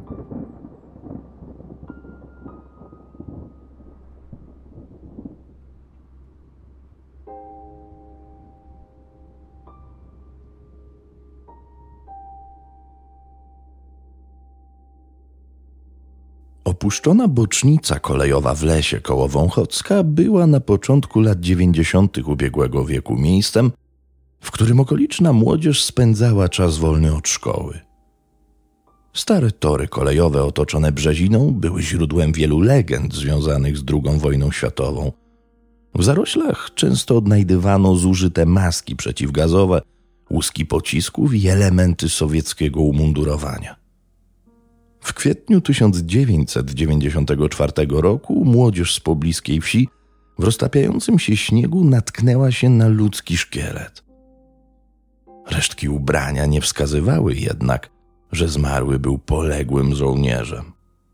Opuszczona bocznica kolejowa w lesie koło Wąchocka była na początku lat 90. ubiegłego wieku miejscem, w którym okoliczna młodzież spędzała czas wolny od szkoły. Stare tory kolejowe otoczone brzeziną były źródłem wielu legend związanych z II wojną światową. W zaroślach często odnajdywano zużyte maski przeciwgazowe, łuski pocisków i elementy sowieckiego umundurowania. W kwietniu 1994 roku młodzież z pobliskiej wsi w roztapiającym się śniegu natknęła się na ludzki szkielet. Resztki ubrania nie wskazywały jednak, że zmarły był poległym żołnierzem.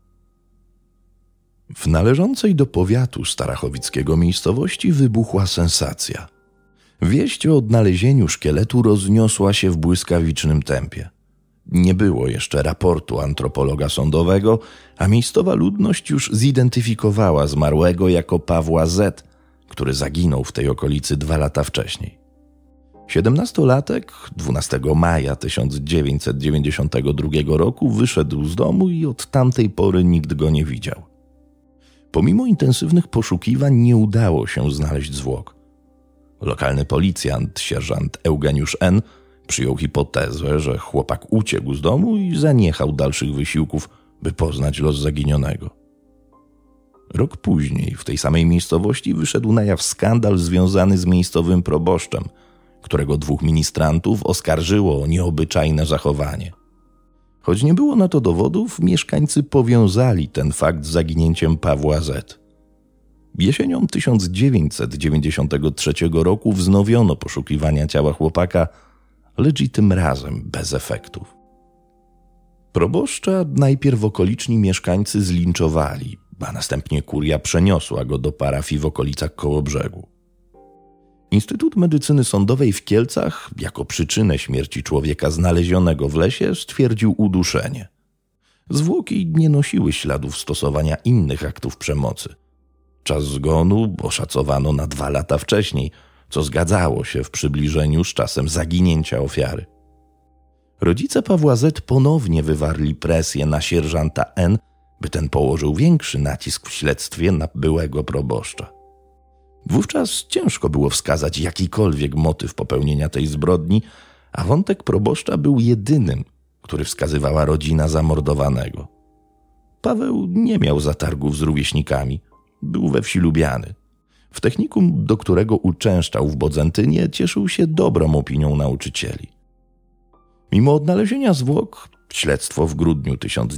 W należącej do powiatu starachowickiego miejscowości wybuchła sensacja. Wieść o odnalezieniu szkieletu rozniosła się w błyskawicznym tempie. Nie było jeszcze raportu antropologa sądowego, a miejscowa ludność już zidentyfikowała zmarłego jako Pawła Z., który zaginął w tej okolicy 2 lata wcześniej. 17-latek 12 maja 1992 roku wyszedł z domu i od tamtej pory nikt go nie widział. Pomimo intensywnych poszukiwań nie udało się znaleźć zwłok. Lokalny policjant, sierżant Eugeniusz N., przyjął hipotezę, że chłopak uciekł z domu i zaniechał dalszych wysiłków, by poznać los zaginionego. Rok później w tej samej miejscowości wyszedł na jaw skandal związany z miejscowym proboszczem, którego 2 ministrantów oskarżyło o nieobyczajne zachowanie. Choć nie było na to dowodów, mieszkańcy powiązali ten fakt z zaginięciem Pawła Z. Jesienią 1993 roku wznowiono poszukiwania ciała chłopaka, lecz i tym razem bez efektów. Proboszcza najpierw okoliczni mieszkańcy zlinczowali, a następnie kuria przeniosła go do parafii w okolicach Kołobrzegu. Instytut Medycyny Sądowej w Kielcach jako przyczynę śmierci człowieka znalezionego w lesie stwierdził uduszenie. Zwłoki nie nosiły śladów stosowania innych aktów przemocy. Czas zgonu oszacowano na 2 lata wcześniej, co zgadzało się w przybliżeniu z czasem zaginięcia ofiary. Rodzice Pawła Z. ponownie wywarli presję na sierżanta N., by ten położył większy nacisk w śledztwie na byłego proboszcza. Wówczas ciężko było wskazać jakikolwiek motyw popełnienia tej zbrodni, a wątek proboszcza był jedynym, który wskazywała rodzina zamordowanego. Paweł nie miał zatargów z rówieśnikami, był we wsi lubiany. W technikum, do którego uczęszczał w Bodzentynie, cieszył się dobrą opinią nauczycieli. Mimo odnalezienia zwłok, śledztwo w grudniu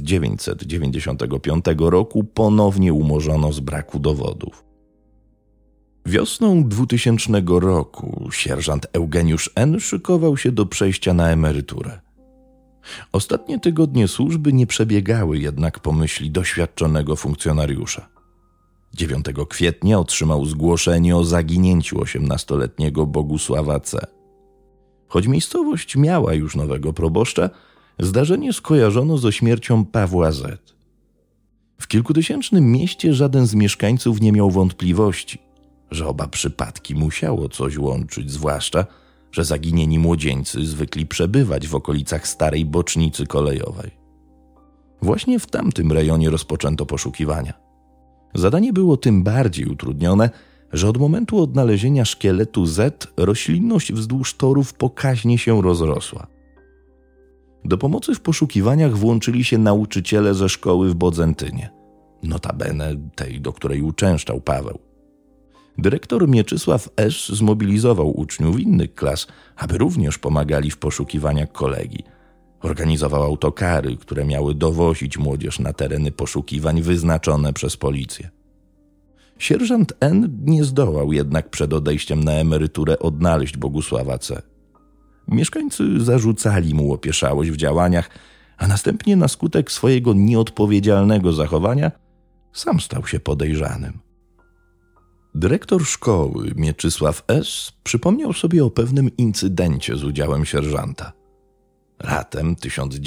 1995 roku ponownie umorzono z braku dowodów. Wiosną 2000 roku sierżant Eugeniusz N. szykował się do przejścia na emeryturę. Ostatnie tygodnie służby nie przebiegały jednak po myśli doświadczonego funkcjonariusza. 9 kwietnia otrzymał zgłoszenie o zaginięciu 18-letniego Bogusława C. Choć miejscowość miała już nowego proboszcza, zdarzenie skojarzono ze śmiercią Pawła Z. W kilkutysięcznym mieście żaden z mieszkańców nie miał wątpliwości, że oba przypadki musiało coś łączyć, zwłaszcza, że zaginieni młodzieńcy zwykli przebywać w okolicach starej bocznicy kolejowej. Właśnie w tamtym rejonie rozpoczęto poszukiwania. Zadanie było tym bardziej utrudnione, że od momentu odnalezienia szkieletu Z roślinność wzdłuż torów pokaźnie się rozrosła. Do pomocy w poszukiwaniach włączyli się nauczyciele ze szkoły w Bodzentynie, notabene tej, do której uczęszczał Paweł. Dyrektor Mieczysław Esz zmobilizował uczniów innych klas, aby również pomagali w poszukiwaniach kolegi. Organizował autokary, które miały dowozić młodzież na tereny poszukiwań wyznaczone przez policję. Sierżant N. nie zdołał jednak przed odejściem na emeryturę odnaleźć Bogusława C. Mieszkańcy zarzucali mu opieszałość w działaniach, a następnie na skutek swojego nieodpowiedzialnego zachowania sam stał się podejrzanym. Dyrektor szkoły Mieczysław S. przypomniał sobie o pewnym incydencie z udziałem sierżanta. Latem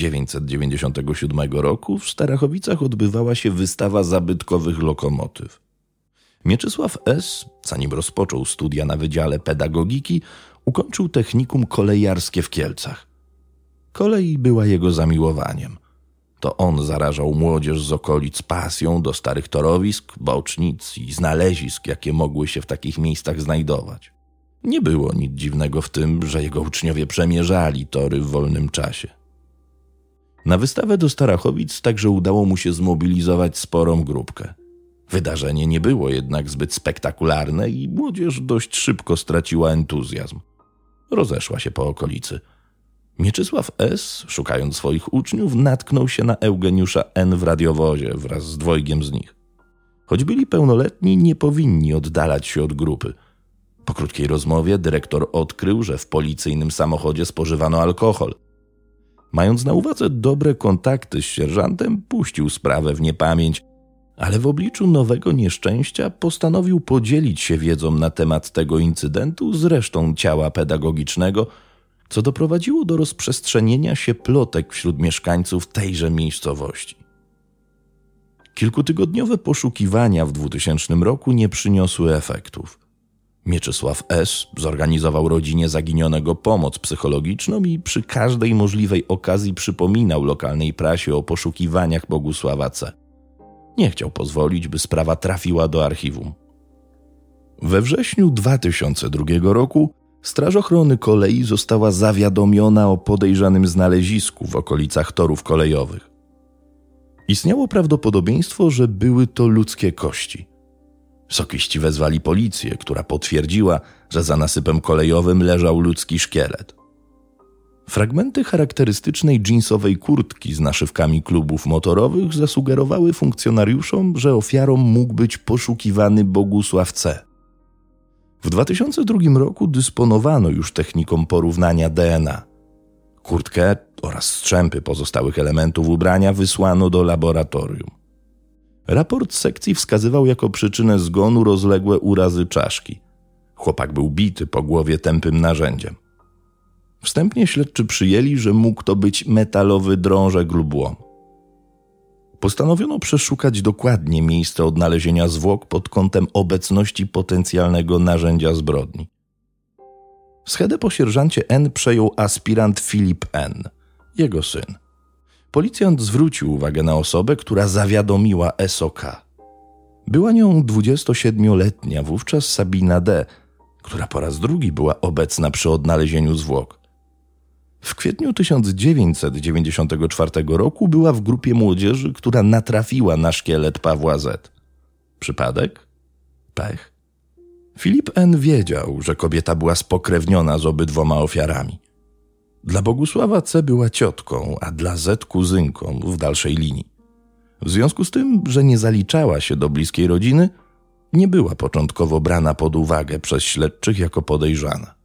1997 roku w Starachowicach odbywała się wystawa zabytkowych lokomotyw. Mieczysław S., zanim rozpoczął studia na Wydziale Pedagogiki, ukończył technikum kolejarskie w Kielcach. Kolej była jego zamiłowaniem. To on zarażał młodzież z okolic pasją do starych torowisk, bocznic i znalezisk, jakie mogły się w takich miejscach znajdować. Nie było nic dziwnego w tym, że jego uczniowie przemierzali tory w wolnym czasie. Na wystawę do Starachowic także udało mu się zmobilizować sporą grupkę. Wydarzenie nie było jednak zbyt spektakularne i młodzież dość szybko straciła entuzjazm. Rozeszła się po okolicy. Mieczysław S., szukając swoich uczniów, natknął się na Eugeniusza N. w radiowozie wraz z dwojgiem z nich. Choć byli pełnoletni, nie powinni oddalać się od grupy. Po krótkiej rozmowie dyrektor odkrył, że w policyjnym samochodzie spożywano alkohol. Mając na uwadze dobre kontakty z sierżantem, puścił sprawę w niepamięć, ale w obliczu nowego nieszczęścia postanowił podzielić się wiedzą na temat tego incydentu z resztą ciała pedagogicznego, co doprowadziło do rozprzestrzenienia się plotek wśród mieszkańców tejże miejscowości. Kilkutygodniowe poszukiwania w 2000 roku nie przyniosły efektów. Mieczysław S. zorganizował rodzinie zaginionego pomoc psychologiczną i przy każdej możliwej okazji przypominał lokalnej prasie o poszukiwaniach Bogusława C. Nie chciał pozwolić, by sprawa trafiła do archiwum. We wrześniu 2002 roku Straż Ochrony Kolei została zawiadomiona o podejrzanym znalezisku w okolicach torów kolejowych. Istniało prawdopodobieństwo, że były to ludzkie kości. Sokiści wezwali policję, która potwierdziła, że za nasypem kolejowym leżał ludzki szkielet. Fragmenty charakterystycznej dżinsowej kurtki z naszywkami klubów motorowych zasugerowały funkcjonariuszom, że ofiarą mógł być poszukiwany Bogusław C. W 2002 roku dysponowano już techniką porównania DNA. Kurtkę oraz strzępy pozostałych elementów ubrania wysłano do laboratorium. Raport sekcji wskazywał jako przyczynę zgonu rozległe urazy czaszki. Chłopak był bity po głowie tępym narzędziem. Wstępnie śledczy przyjęli, że mógł to być metalowy drążek lub łom. Postanowiono przeszukać dokładnie miejsce odnalezienia zwłok pod kątem obecności potencjalnego narzędzia zbrodni. Schedę po sierżancie N. przejął aspirant Filip N., jego syn. Policjant zwrócił uwagę na osobę, która zawiadomiła SOK. Była nią 27-letnia wówczas Sabina D., która po raz drugi była obecna przy odnalezieniu zwłok. W kwietniu 1994 roku była w grupie młodzieży, która natrafiła na szkielet Pawła Z. Przypadek? Pech. Filip N. wiedział, że kobieta była spokrewniona z obydwoma ofiarami. Dla Bogusława C. była ciotką, a dla Z. kuzynką w dalszej linii. W związku z tym, że nie zaliczała się do bliskiej rodziny, nie była początkowo brana pod uwagę przez śledczych jako podejrzana.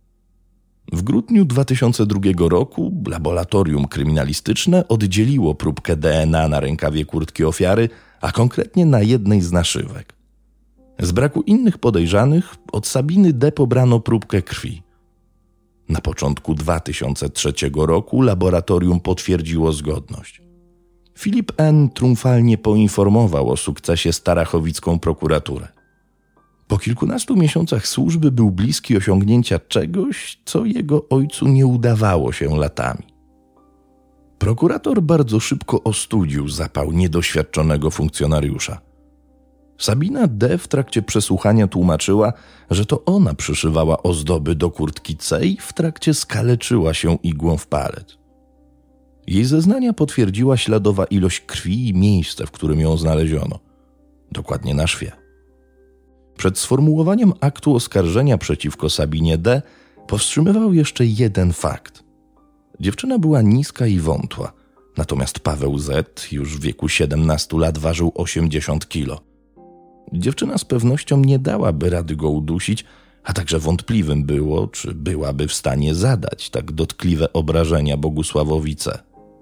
W grudniu 2002 roku laboratorium kryminalistyczne oddzieliło próbkę DNA na rękawie kurtki ofiary, a konkretnie na jednej z naszywek. Z braku innych podejrzanych od Sabiny D. pobrano próbkę krwi. Na początku 2003 roku laboratorium potwierdziło zgodność. Filip N. triumfalnie poinformował o sukcesie starachowicką prokuraturę. Po kilkunastu miesiącach służby był bliski osiągnięcia czegoś, co jego ojcu nie udawało się latami. Prokurator bardzo szybko ostudził zapał niedoświadczonego funkcjonariusza. Sabina D. w trakcie przesłuchania tłumaczyła, że to ona przyszywała ozdoby do kurtki C i w trakcie skaleczyła się igłą w palec. Jej zeznania potwierdziła śladowa ilość krwi i miejsce, w którym ją znaleziono. Dokładnie na szwie. Przed sformułowaniem aktu oskarżenia przeciwko Sabinie D. powstrzymywał jeszcze jeden fakt. Dziewczyna była niska i wątła, natomiast Paweł Z. już w wieku 17 lat ważył 80 kilo. Dziewczyna z pewnością nie dałaby rady go udusić, a także wątpliwym było, czy byłaby w stanie zadać tak dotkliwe obrażenia Bogusławowi C.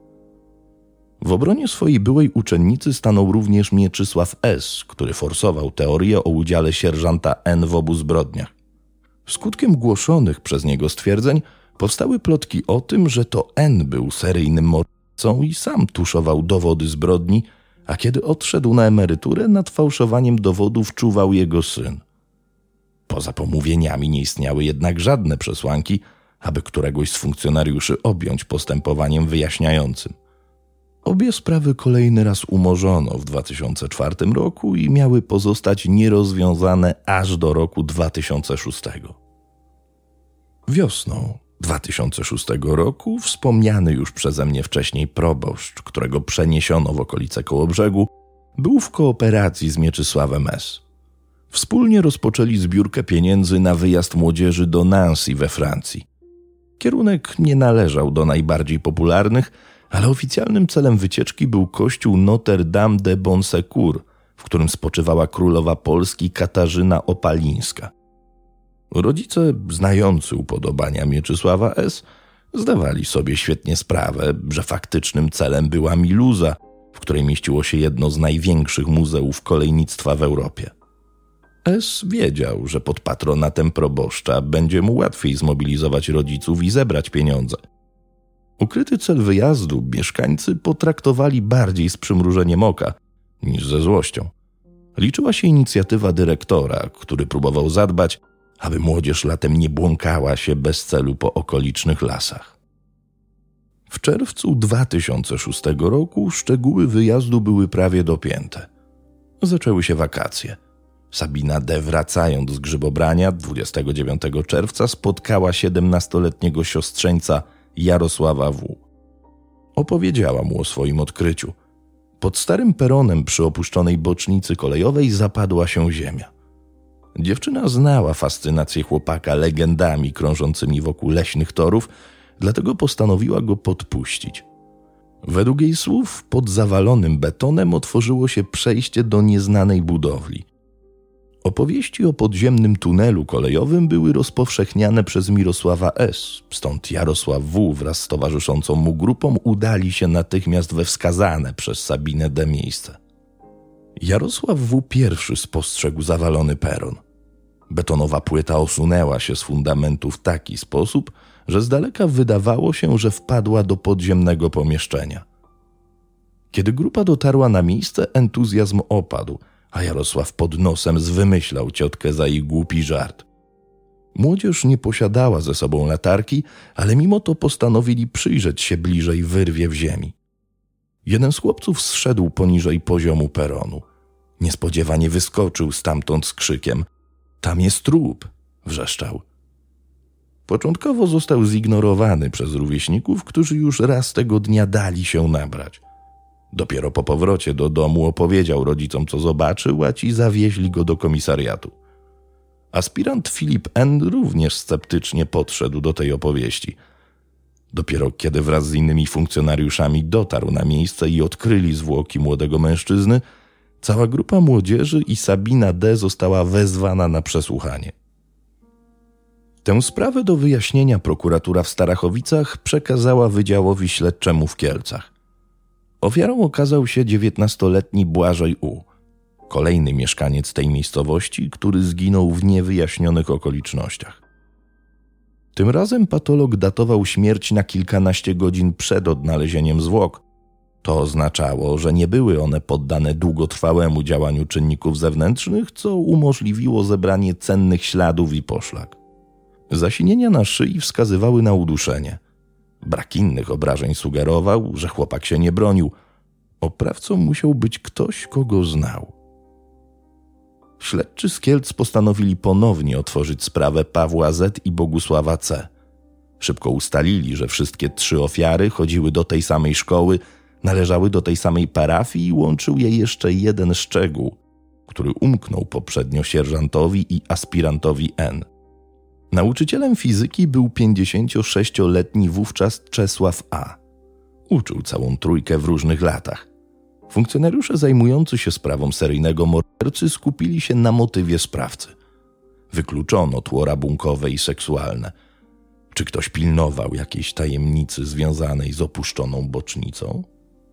W obronie swojej byłej uczennicy stanął również Mieczysław S., który forsował teorię o udziale sierżanta N. w obu zbrodniach. Skutkiem głoszonych przez niego stwierdzeń powstały plotki o tym, że to N był seryjnym mordercą i sam tuszował dowody zbrodni, a kiedy odszedł na emeryturę, nad fałszowaniem dowodów czuwał jego syn. Poza pomówieniami nie istniały jednak żadne przesłanki, aby któregoś z funkcjonariuszy objąć postępowaniem wyjaśniającym. Obie sprawy kolejny raz umorzono w 2004 roku i miały pozostać nierozwiązane aż do roku 2006. Wiosną 2006 roku wspomniany już przeze mnie wcześniej proboszcz, którego przeniesiono w okolice Kołobrzegu, był w kooperacji z Mieczysławem S. Wspólnie rozpoczęli zbiórkę pieniędzy na wyjazd młodzieży do Nancy we Francji. Kierunek nie należał do najbardziej popularnych, ale oficjalnym celem wycieczki był kościół Notre Dame de Bon Secours, w którym spoczywała królowa Polski Katarzyna Opalińska. Rodzice, znający upodobania Mieczysława S., zdawali sobie świetnie sprawę, że faktycznym celem była Miluza, w której mieściło się jedno z największych muzeów kolejnictwa w Europie. S. wiedział, że pod patronatem proboszcza będzie mu łatwiej zmobilizować rodziców i zebrać pieniądze. Ukryty cel wyjazdu mieszkańcy potraktowali bardziej z przymrużeniem oka niż ze złością. Liczyła się inicjatywa dyrektora, który próbował zadbać, aby młodzież latem nie błąkała się bez celu po okolicznych lasach. W czerwcu 2006 roku szczegóły wyjazdu były prawie dopięte. Zaczęły się wakacje. Sabina D., wracając z grzybobrania 29 czerwca, spotkała 17-letniego siostrzeńca Jarosława W. Opowiedziała mu o swoim odkryciu. Pod starym peronem przy opuszczonej bocznicy kolejowej zapadła się ziemia. Dziewczyna znała fascynację chłopaka legendami krążącymi wokół leśnych torów, dlatego postanowiła go podpuścić. Według jej słów pod zawalonym betonem otworzyło się przejście do nieznanej budowli. Opowieści o podziemnym tunelu kolejowym były rozpowszechniane przez Mirosława S., stąd Jarosław W. wraz z towarzyszącą mu grupą udali się natychmiast we wskazane przez Sabinę D. miejsce. Jarosław W. pierwszy spostrzegł zawalony peron. Betonowa płyta osunęła się z fundamentu w taki sposób, że z daleka wydawało się, że wpadła do podziemnego pomieszczenia. Kiedy grupa dotarła na miejsce, entuzjazm opadł, a Jarosław pod nosem zwymyślał ciotkę za ich głupi żart. Młodzież nie posiadała ze sobą latarki, ale mimo to postanowili przyjrzeć się bliżej wyrwie w ziemi. Jeden z chłopców zszedł poniżej poziomu peronu. Niespodziewanie wyskoczył stamtąd z krzykiem: „Tam jest trup!” wrzeszczał. Początkowo został zignorowany przez rówieśników, którzy już raz tego dnia dali się nabrać. Dopiero po powrocie do domu opowiedział rodzicom, co zobaczył, a ci zawieźli go do komisariatu. Aspirant Filip N. również sceptycznie podszedł do tej opowieści. Dopiero kiedy wraz z innymi funkcjonariuszami dotarł na miejsce i odkryli zwłoki młodego mężczyzny, cała grupa młodzieży i Sabina D. została wezwana na przesłuchanie. Tę sprawę do wyjaśnienia prokuratura w Starachowicach przekazała Wydziałowi Śledczemu w Kielcach. Ofiarą okazał się 19-letni Błażej U., kolejny mieszkaniec tej miejscowości, który zginął w niewyjaśnionych okolicznościach. Tym razem patolog datował śmierć na kilkanaście godzin przed odnalezieniem zwłok. To oznaczało, że nie były one poddane długotrwałemu działaniu czynników zewnętrznych, co umożliwiło zebranie cennych śladów i poszlak. Zasinienia na szyi wskazywały na uduszenie. Brak innych obrażeń sugerował, że chłopak się nie bronił. Oprawcą musiał być ktoś, kogo znał. Śledczy z Kielc postanowili ponownie otworzyć sprawę Pawła Z. i Bogusława C. Szybko ustalili, że wszystkie trzy ofiary chodziły do tej samej szkoły, należały do tej samej parafii i łączył je jeszcze jeden szczegół, który umknął poprzednio sierżantowi i aspirantowi N. Nauczycielem fizyki był 56-letni wówczas Czesław A. Uczył całą trójkę w różnych latach. Funkcjonariusze zajmujący się sprawą seryjnego mordercy skupili się na motywie sprawcy. Wykluczono tło rabunkowe i seksualne. Czy ktoś pilnował jakiejś tajemnicy związanej z opuszczoną bocznicą?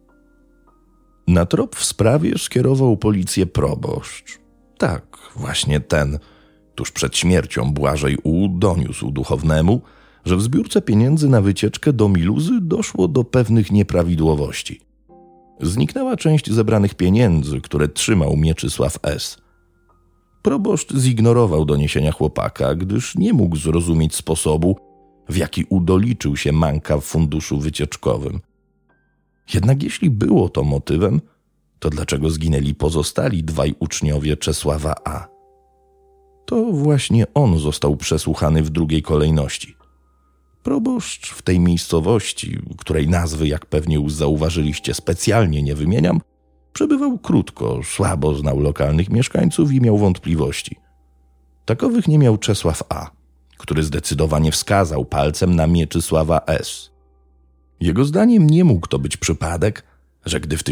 Na trop w sprawie skierował policję proboszcz. Tak, właśnie ten, tuż przed śmiercią Błażej U. doniósł duchownemu, że w zbiórce pieniędzy na wycieczkę do Miluzy doszło do pewnych nieprawidłowości. Zniknęła część zebranych pieniędzy, które trzymał Mieczysław S. Proboszcz zignorował doniesienia chłopaka, gdyż nie mógł zrozumieć sposobu, w jaki udoliczył się Manka w funduszu wycieczkowym. Jednak jeśli było to motywem, to dlaczego zginęli pozostali dwaj uczniowie Czesława A? To właśnie on został przesłuchany w drugiej kolejności. Proboszcz w tej miejscowości, której nazwy, jak pewnie już zauważyliście, specjalnie nie wymieniam, przebywał krótko, słabo znał lokalnych mieszkańców i miał wątpliwości. Takowych nie miał Czesław A, który zdecydowanie wskazał palcem na Mieczysława S. Jego zdaniem nie mógł to być przypadek, że gdy w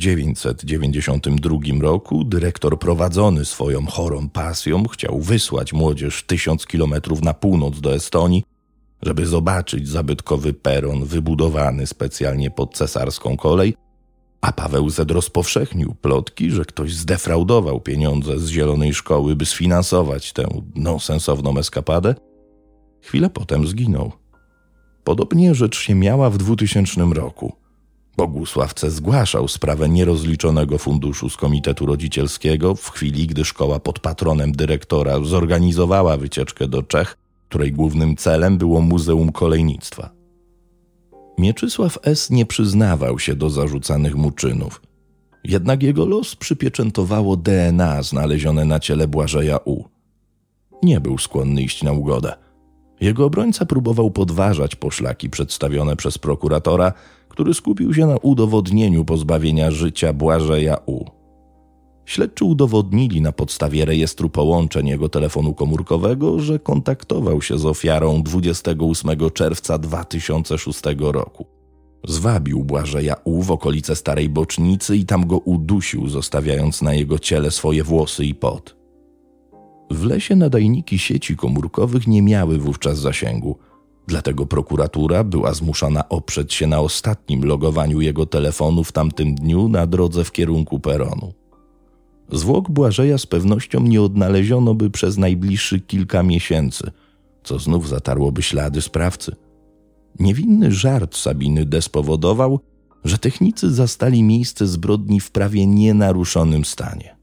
1992 roku dyrektor prowadzony swoją chorą pasją chciał wysłać młodzież 1000 kilometrów na północ do Estonii, żeby zobaczyć zabytkowy peron wybudowany specjalnie pod cesarską kolej, a Paweł Z. rozpowszechnił plotki, że ktoś zdefraudował pieniądze z Zielonej Szkoły, by sfinansować tę nonsensowną eskapadę, chwilę potem zginął. Podobnie rzecz się miała w 2000 roku. Bogusław C. zgłaszał sprawę nierozliczonego funduszu z Komitetu Rodzicielskiego w chwili, gdy szkoła pod patronem dyrektora zorganizowała wycieczkę do Czech, której głównym celem było Muzeum Kolejnictwa. Mieczysław S. nie przyznawał się do zarzucanych mu czynów. Jednak jego los przypieczętowało DNA znalezione na ciele Błażeja U. Nie był skłonny iść na ugodę. Jego obrońca próbował podważać poszlaki przedstawione przez prokuratora, który skupił się na udowodnieniu pozbawienia życia Błażeja U. Śledczy udowodnili na podstawie rejestru połączeń jego telefonu komórkowego, że kontaktował się z ofiarą 28 czerwca 2006 roku. Zwabił Błażeja U w okolice Starej Bocznicy i tam go udusił, zostawiając na jego ciele swoje włosy i pot. W lesie nadajniki sieci komórkowych nie miały wówczas zasięgu, dlatego prokuratura była zmuszona oprzeć się na ostatnim logowaniu jego telefonu w tamtym dniu na drodze w kierunku peronu. Zwłok Błażeja z pewnością nie odnaleziono by przez najbliższych kilka miesięcy, co znów zatarłoby ślady sprawcy. Niewinny żart Sabiny D. spowodował, że technicy zastali miejsce zbrodni w prawie nienaruszonym stanie.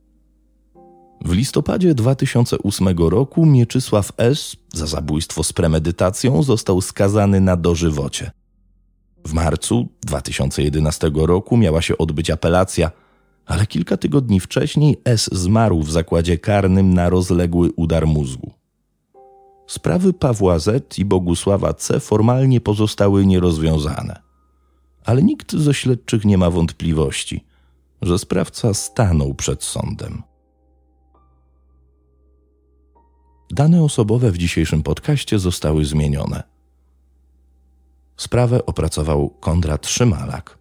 W listopadzie 2008 roku Mieczysław S. za zabójstwo z premedytacją został skazany na dożywocie. W marcu 2011 roku miała się odbyć apelacja, ale kilka tygodni wcześniej S. zmarł w zakładzie karnym na rozległy udar mózgu. Sprawy Pawła Z. i Bogusława C. formalnie pozostały nierozwiązane, ale nikt ze śledczych nie ma wątpliwości, że sprawca stanął przed sądem. Dane osobowe w dzisiejszym podcaście zostały zmienione. Sprawę opracował Konrad Szymalak.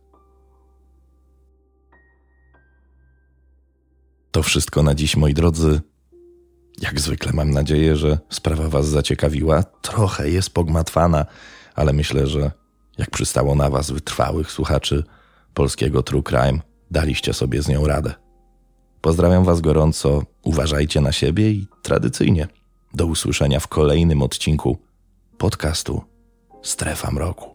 To wszystko na dziś, moi drodzy. Jak zwykle mam nadzieję, że sprawa was zaciekawiła. Trochę jest pogmatwana, ale myślę, że jak przystało na was, wytrwałych słuchaczy polskiego True Crime, daliście sobie z nią radę. Pozdrawiam was gorąco, uważajcie na siebie i tradycyjnie do usłyszenia w kolejnym odcinku podcastu Strefa Mroku.